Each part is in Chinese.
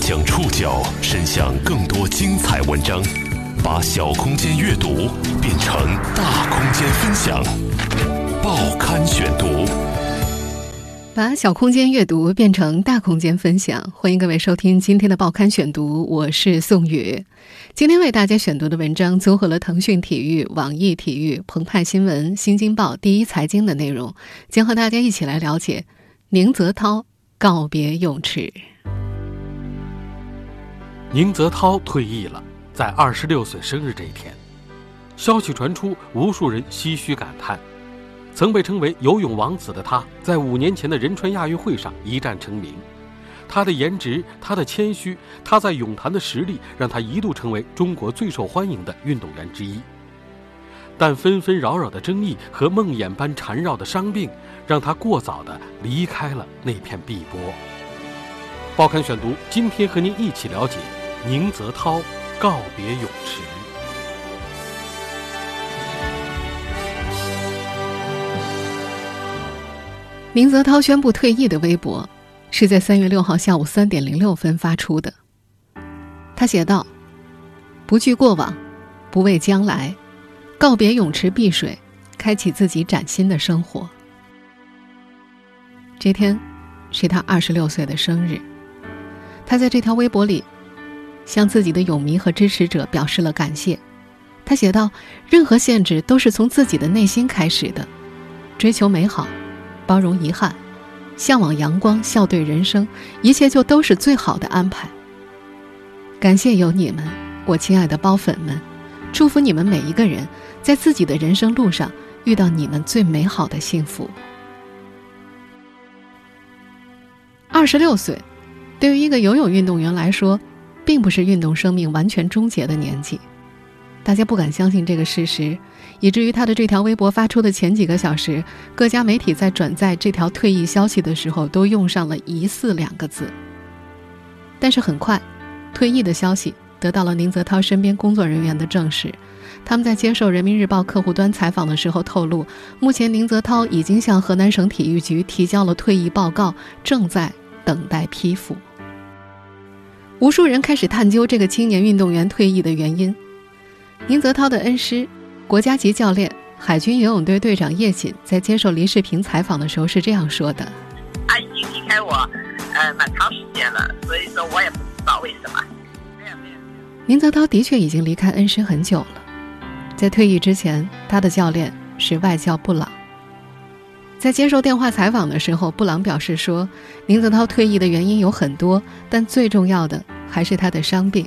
将触角伸向更多精彩文章，把小空间阅读变成大空间分享。报刊选读， 把小空间阅读变成大空间分享。欢迎各位收听今天的报刊选读，我是宋宇。今天为大家选读的文章综合了腾讯体育、网易体育、澎湃新闻、新京报、第一财经的内容，将和大家一起来了解宁泽涛告别泳池。 宁泽涛退役了，在26岁生日这一天，消息传出，无数人唏嘘感叹。曾被称为游泳王子的他，在5年前的仁川亚运会上一战成名。他的颜值，他的谦虚，他在泳坛的实力，让他一度成为中国最受欢迎的运动员之一。但纷纷扰扰的争议和梦魇般缠绕的伤病，让他过早地离开了那片碧波。报刊选读，今天和您一起了解宁泽涛告别泳池。 宁泽涛宣布退役的微博是在3月6号下午3点06分发出的。他写道：不惧过往，不畏将来，告别泳池碧水，开启自己崭新的生活。这天是他26岁的生日，他在这条微博里向自己的泳迷和支持者表示了感谢。他写道：任何限制都是从自己的内心开始的，追求美好，包容遗憾，向往阳光，笑对人生，一切就都是最好的安排。感谢有你们，我亲爱的包粉们，祝福你们每一个人在自己的人生路上遇到你们最美好的幸福。26岁对于一个游泳运动员来说，并不是运动生命完全终结的年纪。大家不敢相信这个事实，以至于他的这条微博发出的前几个小时，各家媒体在转载这条退役消息的时候都用上了疑似2个字。但是很快，退役的消息得到了宁泽涛身边工作人员的证实。他们在接受人民日报客户端采访的时候透露，目前宁泽涛已经向河南省体育局提交了退役报告，正在等待批复。无数人开始探究这个青年运动员退役的原因。宁泽涛的恩师，国家级教练、海军游泳队队长叶瑾在接受黎世平采访的时候是这样说的： 他已经离开我蛮长时间了，所以说我也不知道为什么。 宁泽涛的确已经离开恩师很久了。在退役之前，他的教练是外教布朗。在接受电话采访的时候，布朗表示说，宁泽涛退役的原因有很多，但最重要的还是他的伤病。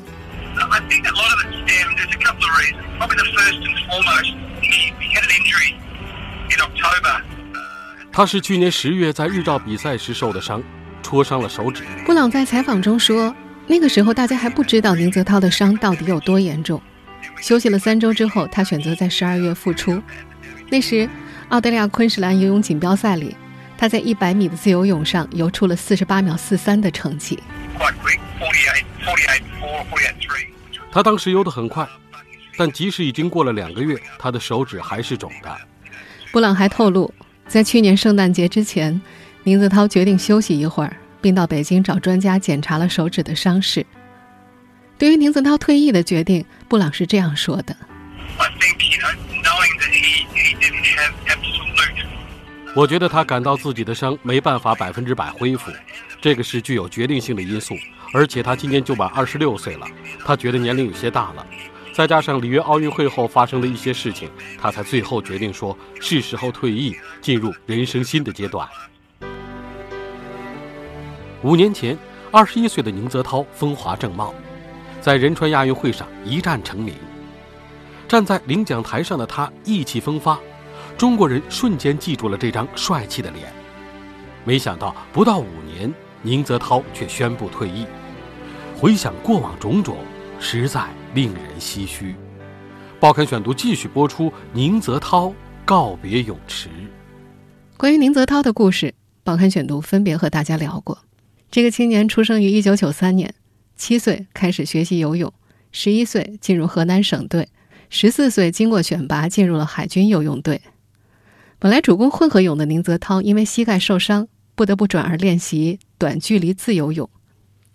他是去年10月在日照比赛时受的伤，戳伤了手指。 布朗在采访中说，那个时候大家还不知道宁泽涛的伤到底有多严重。休息了3周之后，他选择在12月复出。那时澳大利亚昆士兰游泳锦标赛里，他在100米的自由泳上游出了48秒43的成绩。 他当时游得很快，但即使已经过了2个月，他的手指还是肿的。 布朗还透露，在去年圣诞节之前，宁泽涛决定休息一会儿，并到北京找专家检查了手指的伤势。对于宁泽涛退役的决定，布朗是这样说的： 我觉得他感到自己的伤没办法100%恢复，这个是具有决定性的因素，而且他今年就满26岁了，他觉得年龄有些大了，再加上里约奥运会后发生的一些事情，他才最后决定说是时候退役，进入人生新的阶段。5年前，21岁的宁泽涛风华正茂，在仁川亚运会上一战成名。站在领奖台上的他意气风发，中国人瞬间记住了这张帅气的脸。没想到不到5年，宁泽涛却宣布退役。回想过往种种，实在令人唏嘘。报刊选读继续播出宁泽涛告别泳池。 关于宁泽涛的故事，报刊选读分别和大家聊过。这个青年出生于1993年，7岁开始学习游泳，11岁进入河南省队，14岁经过选拔进入了海军游泳队。本来主攻混合泳的宁泽涛因为膝盖受伤，不得不转而练习短距离自由泳。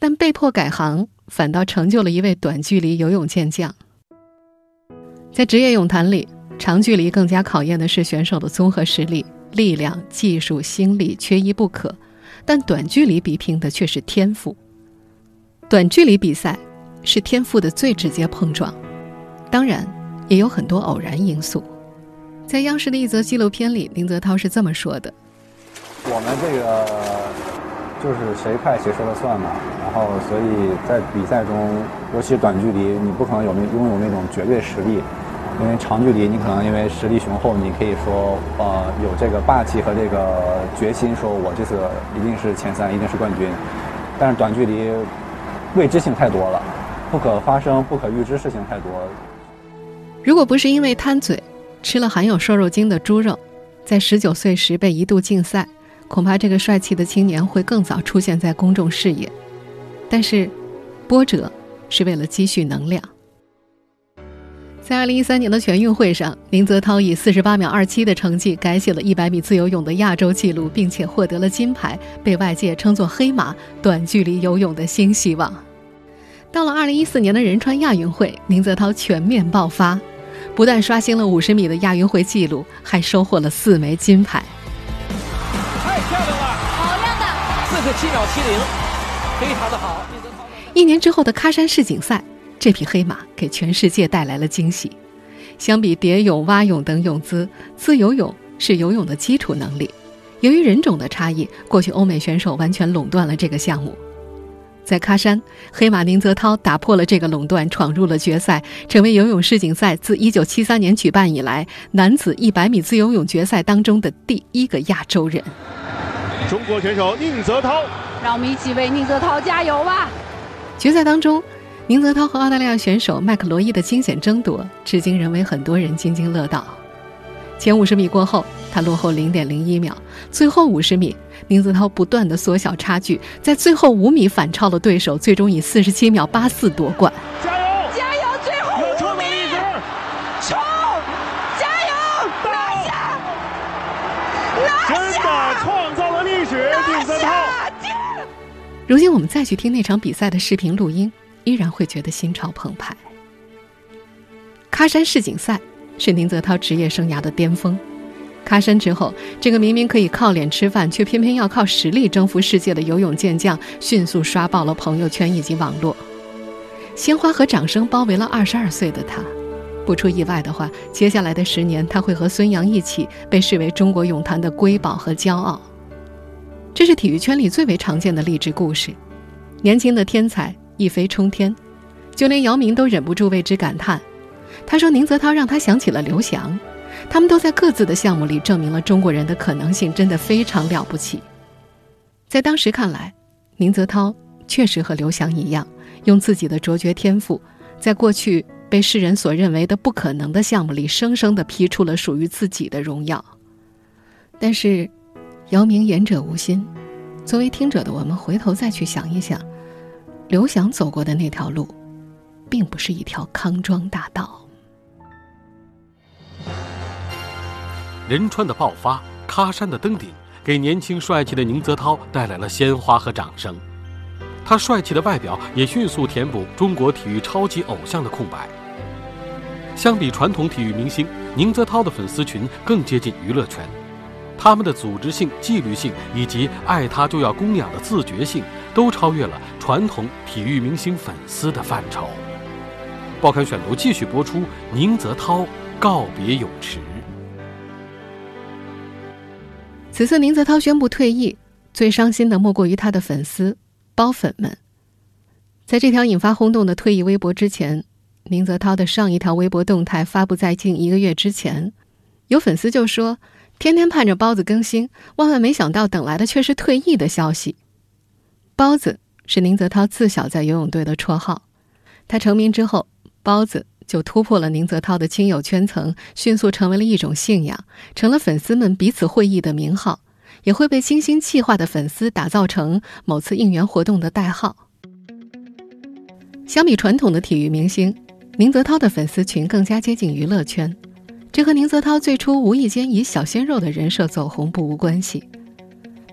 但被迫改行反倒成就了一位短距离游泳健将。在职业泳坛里，长距离更加考验的是选手的综合实力、力量、技术、心理缺一不可，但短距离比拼的却是天赋。短距离比赛是天赋的最直接碰撞，当然也有很多偶然因素。在央视的一则纪录片里，宁泽涛是这么说的： 我们这个就是谁快谁说了算嘛，然后所以在比赛中，尤其是短距离，你不可能拥有那种绝对实力，因为长距离你可能因为实力雄厚，你可以说有这个霸气和这个决心，说我这次一定是前3，一定是冠军。但是短距离未知性太多了，不可发生、不可预知事情太多。 如果不是因为贪嘴，吃了含有瘦肉精的猪肉，在19岁时被一度禁赛，恐怕这个帅气的青年会更早出现在公众视野。但是波折是为了积蓄能量。在2013年的全运会上，宁泽涛以48秒27的成绩改写了100米自由泳的亚洲纪录，并且获得了金牌，被外界称作黑马，短距离游泳的新希望。到了2014年的仁川亚运会，宁泽涛全面爆发，不但刷新了50米的亚运会纪录，还收获了4枚金牌。 太漂亮了，好亮的，47秒70，非常的好。 1年之后的喀山世锦赛，这匹黑马给全世界带来了惊喜。相比蝶泳、蛙泳等泳姿，自由泳是游泳的基础能力。由于人种的差异，过去欧美选手完全垄断了这个项目。在喀山，黑马宁泽涛打破了这个垄断，闯入了决赛，成为游泳世锦赛自1973年举办以来男子100米自由泳决赛当中的第1个亚洲人。 中国选手宁泽涛， 让我们一起为宁泽涛加油吧！ 决赛当中，宁泽涛和澳大利亚选手麦克罗伊的惊险争夺，至今仍为很多人津津乐道。前50米过后，他落后0.01秒，最后50米，宁泽涛不断地缩小差距，在最后5米反超了对手，最终以47秒84夺冠。 加油！ 加油！最后5米，冲！加油！拿下！ 真的创造了历史，宁泽涛。 如今我们再去听那场比赛的视频录音，依然会觉得心潮澎湃。喀山世锦赛是宁泽涛职业生涯的巅峰。喀山之后，这个明明可以靠脸吃饭，却偏偏要靠实力征服世界的游泳健将，迅速刷爆了朋友圈以及网络。鲜花和掌声包围了22岁的他。不出意外的话，接下来的10年，他会和孙杨一起被视为中国泳坛的瑰宝和骄傲。这是体育圈里最为常见的励志故事。年轻的天才一飞冲天，就连姚明都忍不住为之感叹。他说宁泽涛让他想起了刘翔，他们都在各自的项目里证明了中国人的可能性真的非常了不起。在当时看来，宁泽涛确实和刘翔一样，用自己的卓绝天赋，在过去被世人所认为的不可能的项目里，生生地劈出了属于自己的荣耀。但是姚明言者无心，作为听者的我们回头再去想一想，刘翔走过的那条路并不是一条康庄大道。 仁川的爆发，喀山的登顶，给年轻帅气的宁泽涛带来了鲜花和掌声。他帅气的外表也迅速填补中国体育超级偶像的空白。相比传统体育明星，宁泽涛的粉丝群更接近娱乐圈，他们的组织性、纪律性以及爱他就要供养的自觉性，都超越了传统体育明星粉丝的范畴。报刊选读继续播出，宁泽涛告别泳池。 此次宁泽涛宣布退役，最伤心的莫过于他的粉丝包粉们。在这条引发轰动的退役微博之前，宁泽涛的上一条微博动态发布在近1个月之前，有粉丝就说天天盼着包子更新，万万没想到等来的却是退役的消息。包子是宁泽涛自小在游泳队的绰号，他成名之后，包子就突破了宁泽涛的亲友圈层，迅速成为了一种信仰，成了粉丝们彼此会意的名号，也会被精心企划的粉丝打造成某次应援活动的代号。相比传统的体育明星，宁泽涛的粉丝群更加接近娱乐圈，这和宁泽涛最初无意间以小鲜肉的人设走红不无关系。他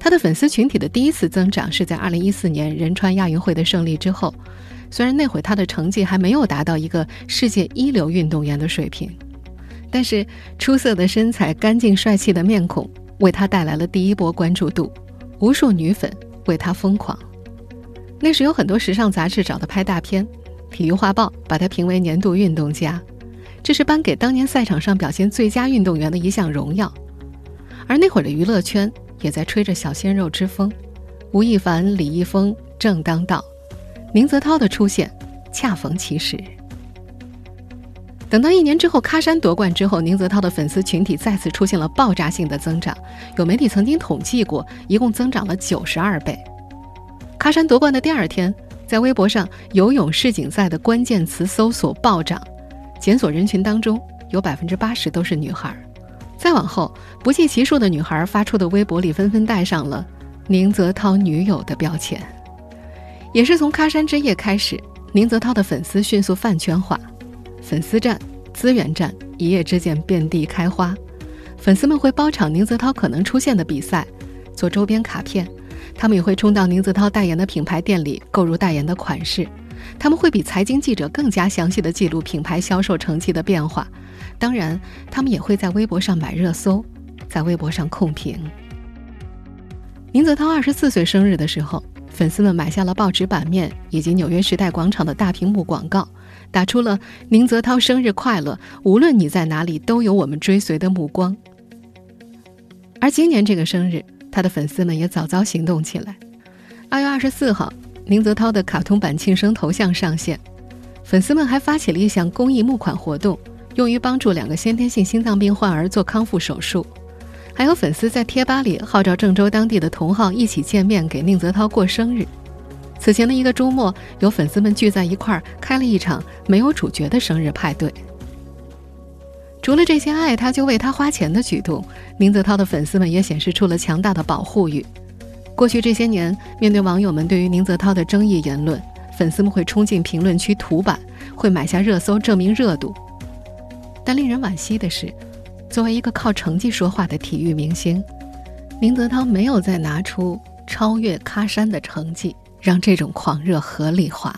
他的粉丝群体的第一次增长是在2014年仁川亚运会的胜利之后，虽然那会他的成绩还没有达到一个世界一流运动员的水平，但是出色的身材、干净帅气的面孔为他带来了第一波关注度，无数女粉为他疯狂。那时有很多时尚杂志找他拍大片，体育画报把他评为年度运动家，这是颁给当年赛场上表现最佳运动员的一项荣耀。而那会儿的娱乐圈也在吹着小鲜肉之风，吴亦凡、李易峰正当道，宁泽涛的出现恰逢其时。等到1年之后喀山夺冠之后，宁泽涛的粉丝群体再次出现了爆炸性的增长，有媒体曾经统计过，一共增长了92倍。喀山夺冠的第2天，在微博上游泳世锦赛的关键词搜索暴涨，检索人群当中有 80% 都是女孩。再往后，不计其数的女孩发出的微博里纷纷带上了宁泽涛女友的标签。也是从喀山之夜开始，宁泽涛的粉丝迅速饭圈化，粉丝战、资源战一夜之间遍地开花。粉丝们会包场宁泽涛可能出现的比赛，做周边卡片，他们也会冲到宁泽涛代言的品牌店里购入代言的款式，他们会比财经记者更加详细地记录品牌销售成绩的变化。当然，他们也会在微博上买热搜，在微博上控评。宁泽涛24岁生日的时候，粉丝们买下了报纸版面以及纽约时代广场的大屏幕广告，打出了宁泽涛生日快乐，无论你在哪里都有我们追随的目光。而今年这个生日，他的粉丝们也早早行动起来。2月24号，宁泽涛的卡通版庆生头像上线，粉丝们还发起了一项公益募款活动，用于帮助2个先天性心脏病患儿做康复手术。还有粉丝在贴吧里号召郑州当地的同好一起见面给宁泽涛过生日。此前的一个周末，有粉丝们聚在一块儿开了一场没有主角的生日派对。除了这些爱他就为他花钱的举动，宁泽涛的粉丝们也显示出了强大的保护欲。过去这些年，面对网友们对于宁泽涛的争议言论，粉丝们会冲进评论区涂版，会买下热搜证明热度。但令人惋惜的是，作为一个靠成绩说话的体育明星，宁泽涛没有再拿出超越喀山的成绩，让这种狂热合理化。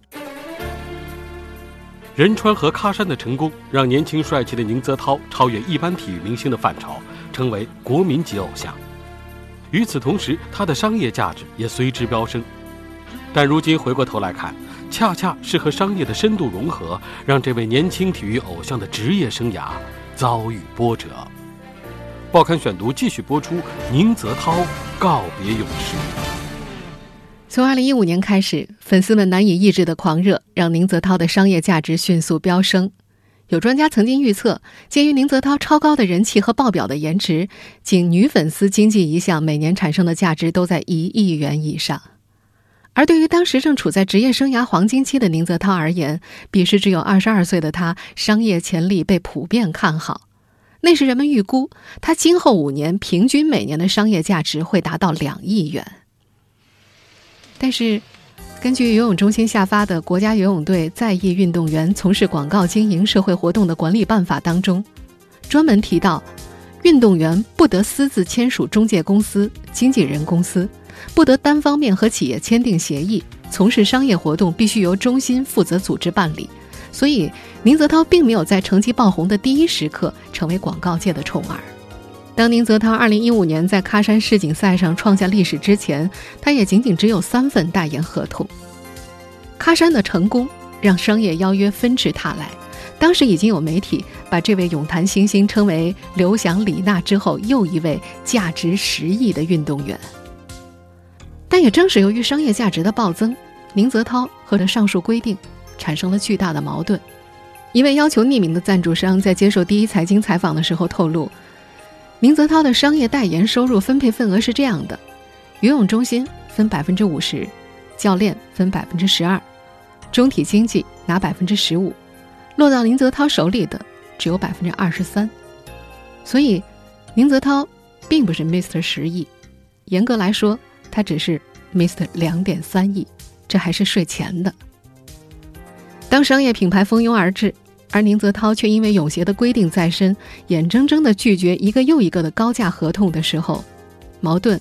仁川和喀山的成功，让年轻帅气的宁泽涛超越一般体育明星的范畴，成为国民级偶像。与此同时，他的商业价值也随之飙升。但如今回过头来看，恰恰是和商业的深度融合，让这位年轻体育偶像的职业生涯遭遇波折。报刊选读继续播出，宁泽涛告别勇士。 从2015年开始，粉丝们难以抑制的狂热让宁泽涛的商业价值迅速飙升。有专家曾经预测，鉴于宁泽涛超高的人气和爆表的颜值，仅女粉丝经济一项每年产生的价值都在1亿元以上。而对于当时正处在职业生涯黄金期的宁泽涛而言，彼时只有22岁的他，商业潜力被普遍看好。那时人们预估，他今后5年平均每年的商业价值会达到2亿元。但是根据游泳中心下发的《国家游泳队在役运动员从事广告经营社会活动的管理办法》当中，专门提到，运动员不得私自签署中介公司、经纪人公司，不得单方面和企业签订协议，从事商业活动必须由中心负责组织办理。所以宁泽涛并没有在成绩爆红的第一时刻成为广告界的宠儿。当宁泽涛2015年在喀山世锦赛上创下历史之前，他也仅仅只有3份代言合同。喀山的成功让商业邀约纷至沓来，当时已经有媒体把这位泳坛新星称为刘翔、李娜之后又一位价值10亿的运动员。但也正是由于商业价值的暴增，宁泽涛和上述规定产生了巨大的矛盾。一位要求匿名的赞助商在接受第一财经采访的时候透露，宁泽涛的商业代言收入分配份额是这样的：游泳中心分 50%， 教练分 12%， 中体经济拿 15%， 落到宁泽涛手里的只有 23%。 所以宁泽涛并不是 Mr. 10亿，严格来说他只是 Mr. 2.3亿，这还是税前的。当商业品牌蜂拥而至，而宁泽涛却因为泳协的规定在身，眼睁睁地拒绝一个又一个的高价合同的时候，矛盾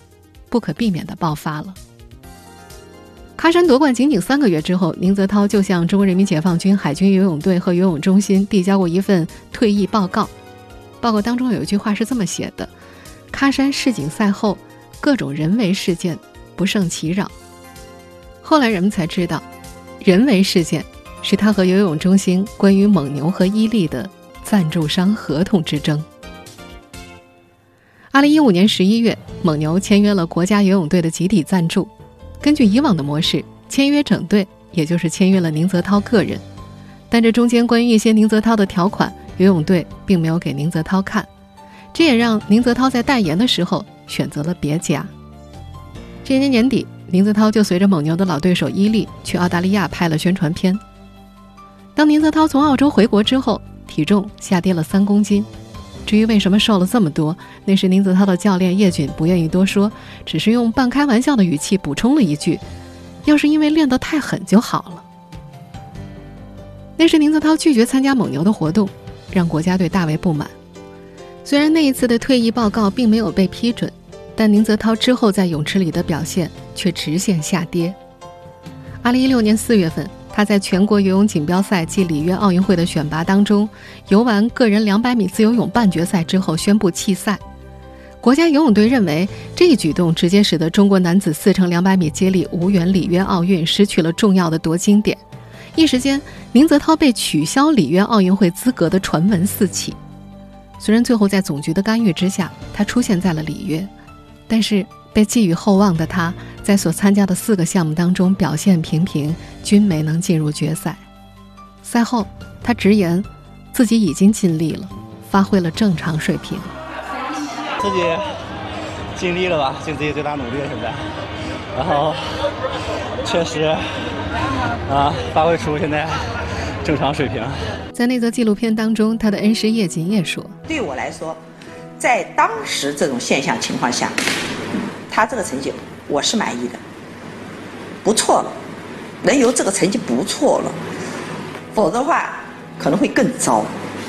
不可避免地爆发了。喀山夺冠仅仅3个月之后，宁泽涛就向中国人民解放军海军游泳队和游泳中心递交过一份退役报告。报告当中有一句话是这么写的：喀山世锦赛后，各种人为事件不胜其扰。后来人们才知道，人为事件是他和游泳中心关于蒙牛和伊利的赞助商合同之争。2015年11月，蒙牛签约了国家游泳队的集体赞助。根据以往的模式，签约整队，也就是签约了宁泽涛个人。但这中间关于一些宁泽涛的条款，游泳队并没有给宁泽涛看，这也让宁泽涛在代言的时候选择了别家。这年年底，宁泽涛就随着蒙牛的老对手伊利去澳大利亚拍了宣传片。当宁泽涛从澳洲回国之后，体重下跌了3公斤。至于为什么瘦了这么多，那时宁泽涛的教练叶军不愿意多说，只是用半开玩笑的语气补充了一句：要是因为练得太狠就好了。那时宁泽涛拒绝参加蒙牛的活动，让国家队大为不满。虽然那一次的退役报告并没有被批准，但宁泽涛之后在泳池里的表现却直线下跌。2016年4月份，他在全国游泳锦标赛暨里约奥运会的选拔当中，游完个人200米自由泳半决赛之后宣布弃赛。国家游泳队认为这一举动直接使得中国男子4乘200米接力无缘里约奥运，失去了重要的夺金点。一时间，宁泽涛被取消里约奥运会资格的传闻四起。虽然最后在总局的干预之下，他出现在了里约，但是被寄予厚望的他，在所参加的4个项目当中表现平平，均没能进入决赛。赛后，他直言自己已经尽力了，发挥了正常水平。 自己尽力了吧，尽自己最大努力了现在，然后确实发挥出现在正常水平。 在那则纪录片当中，他的恩师叶瑾也说， 对我来说，在当时这种现象情况下，他这个成绩我是满意的，不错了，能有这个成绩不错了，否则的话可能会更糟，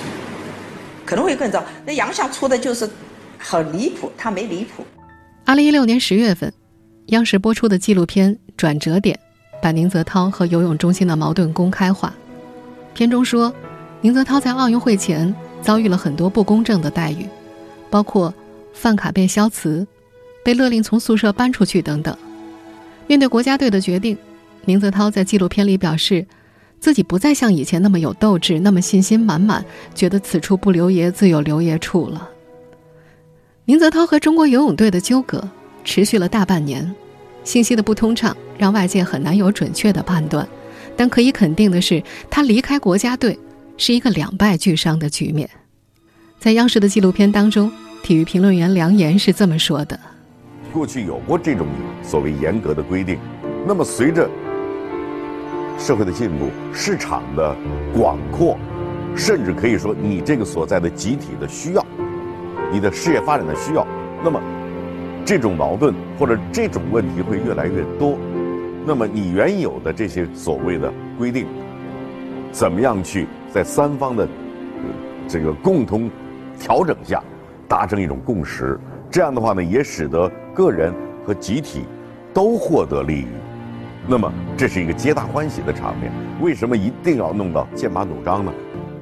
那杨翔出的就是很离谱，他没离谱。 2016年10月份，央视播出的纪录片《转折点》把宁泽涛和游泳中心的矛盾公开化。片中说，宁泽涛在奥运会前遭遇了很多不公正的待遇，包括饭卡被消磁、被勒令从宿舍搬出去等等。面对国家队的决定，宁泽涛在纪录片里表示，自己不再像以前那么有斗志，那么信心满满，觉得此处不留爷自有留爷处了。宁泽涛和中国游泳队的纠葛持续了大半年，信息的不通畅让外界很难有准确的判断，但可以肯定的是，他离开国家队是一个2败俱伤的局面。在央视的纪录片当中，体育评论员梁岩是这么说的： 过去有过这种所谓严格的规定，那么随着社会的进步，市场的广阔，甚至可以说你这个所在的集体的需要，你的事业发展的需要，那么这种矛盾或者这种问题会越来越多。那么你原有的这些所谓的规定，怎么样去在3方的这个共同调整下达成一种共识？这样的话呢，也使得个人和集体都获得利益。那么这是一个皆大欢喜的场面。为什么一定要弄到剑拔弩张呢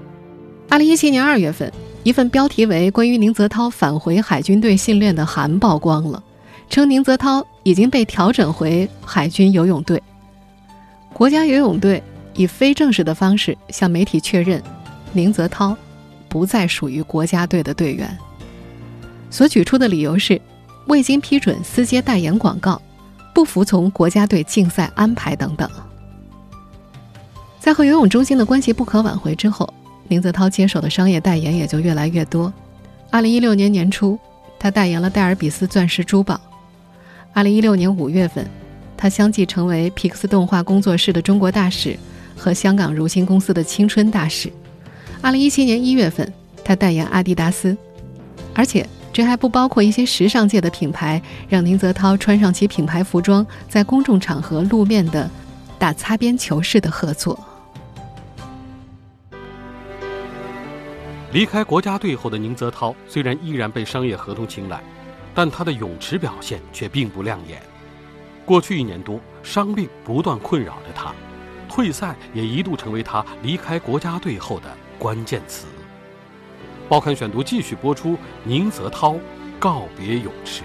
？2017年2月份，一份标题为《关于宁泽涛返回海军队训练的函》曝光了，称宁泽涛已经被调整回海军游泳队。国家游泳队以非正式的方式向媒体确认，宁泽涛不再属于国家队的队员。所举出的理由是未经批准私接代言广告，不服从国家队竞赛安排等等。在和游泳中心的关系不可挽回之后，宁泽涛接手的商业代言也就越来越多。2016年年初，他代言了戴尔比斯钻石珠宝。2016年5月份，他相继成为皮克斯动画工作室的中国大使和香港如新公司的青春大使。2017年1月份，他代言阿迪达斯，而且这还不包括一些时尚界的品牌让宁泽涛穿上其品牌服装，在公众场合露面的打擦边球式的合作。 离开国家队后的宁泽涛虽然依然被商业合同青睐， 但他的泳池表现却并不亮眼。过去1年多，伤病不断困扰着他，退赛也一度成为他离开国家队后的关键词。报刊选读继续播出宁泽涛告别泳池。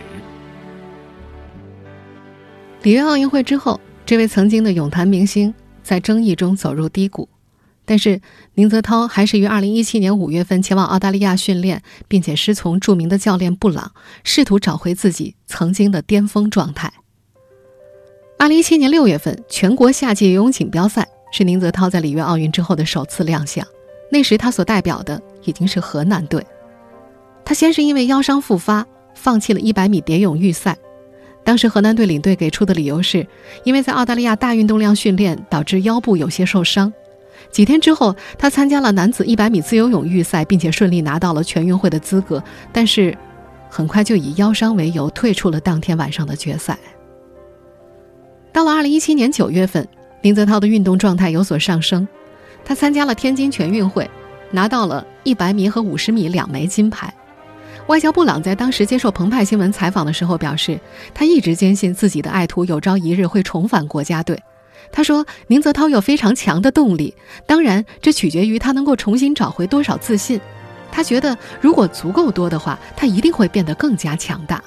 里约奥运会之后，这位曾经的泳坛明星在争议中走入低谷，但是宁泽涛还是于2017年5月份前往澳大利亚训练，并且师从著名的教练布朗，试图找回自己曾经的巅峰状态。2017年6月份，全国夏季游泳锦标赛是宁泽涛在里约奥运之后的首次亮相，那时他所代表的已经是河南队。他先是因为腰伤复发，放弃了100米蝶泳预赛。当时河南队领队给出的理由是，因为在澳大利亚大运动量训练导致腰部有些受伤。几天之后，他参加了男子100米自由泳预赛，并且顺利拿到了全运会的资格，但是很快就以腰伤为由退出了当天晚上的决赛。到了2017年9月份，宁泽涛的运动状态有所上升，他参加了天津全运会，拿到了100米和50米2枚金牌。外交布朗在当时接受澎湃新闻采访的时候表示，他一直坚信自己的爱徒有朝一日会重返国家队。他说，宁泽涛有非常强的动力，当然这取决于他能够重新找回多少自信。他觉得如果足够多的话，他一定会变得更加强大。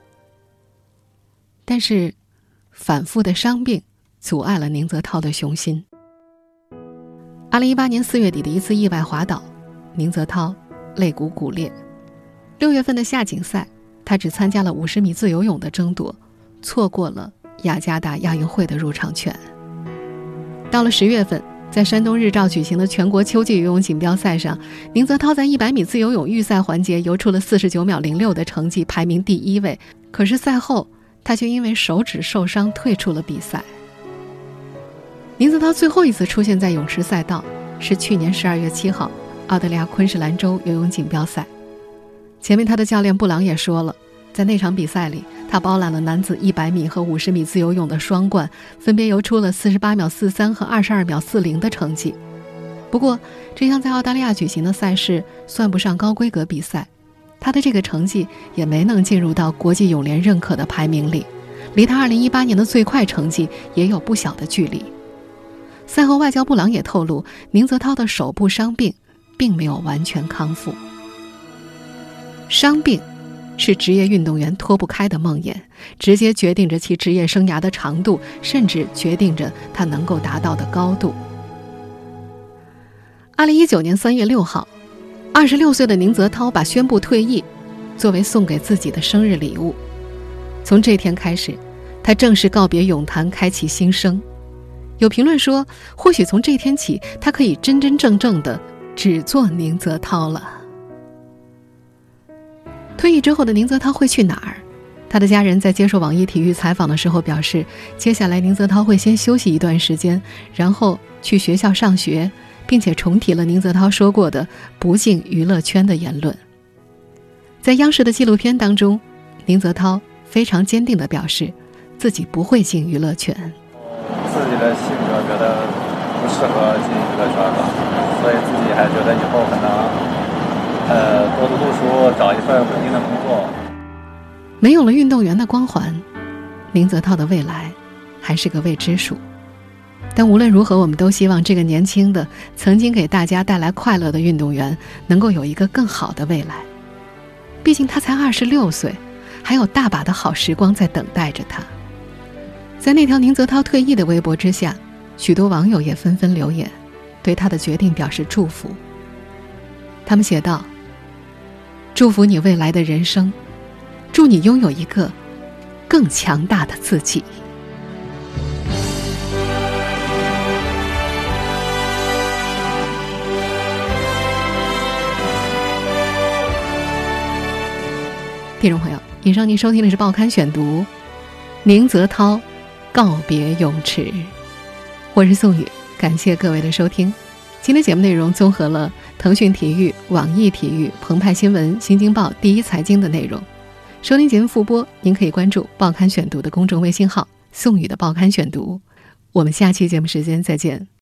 但是反复的伤病阻碍了宁泽涛的雄心。2018年4月底的一次意外滑倒，宁泽涛肋骨骨裂。6月份的夏锦赛，他只参加了50米自由泳的争夺，错过了雅加达亚运会的入场券。到了10月份，在山东日照举行的全国秋季游泳锦标赛上，宁泽涛在100米自由泳预赛环节游出了49秒06的成绩，排名第1位。可是赛后，他却因为手指受伤退出了比赛。宁泽涛最后一次出现在泳池赛道是去年12月7号，澳大利亚昆士兰州游泳锦标赛。前面他的教练布朗也说了，在那场比赛里，他包揽了男子100米和50米自由泳的双冠，分别游出了48秒43和22秒40的成绩。不过，这项在澳大利亚举行的赛事算不上高规格比赛，他的这个成绩也没能进入到国际泳联认可的排名里，离他2018年的最快成绩也有不小的距离。赛后，外交布朗也透露，宁泽涛的手部伤病并没有完全康复。伤病是职业运动员脱不开的梦魇，直接决定着其职业生涯的长度，甚至决定着他能够达到的高度。2019年3月6号，26岁的宁泽涛把宣布退役作为送给自己的生日礼物。从这天开始，他正式告别泳坛，开启新生。有评论说，或许从这天起，他可以真真正正的只做宁泽涛了。退役之后的宁泽涛会去哪儿？他的家人在接受网易体育采访的时候表示，接下来宁泽涛会先休息一段时间，然后去学校上学，并且重提了宁泽涛说过的不进娱乐圈的言论。在央视的纪录片当中，宁泽涛非常坚定地表示自己不会进娱乐圈。 自己的性格觉得不适合进娱乐圈吧，所以自己还觉得以后可能多读书，找一份稳定的工作。 没有了运动员的光环，宁泽涛的未来还是个未知数。但无论如何，我们都希望这个年轻的、曾经给大家带来快乐的运动员能够有一个更好的未来。毕竟他才26岁，还有大把的好时光在等待着他。在那条宁泽涛退役的微博之下，许多网友也纷纷留言，对他的决定表示祝福。他们写道：祝福你未来的人生，祝你拥有一个更强大的自己。听众朋友，以上您收听的是报刊选读，宁泽涛告别泳池。我是宋宇，感谢各位的收听。今天节目内容综合了腾讯体育、网易体育、澎湃新闻、新京报、第一财经的内容。收听节目复播，您可以关注报刊选读的公众微信号宋宇的报刊选读。我们下期节目时间再见。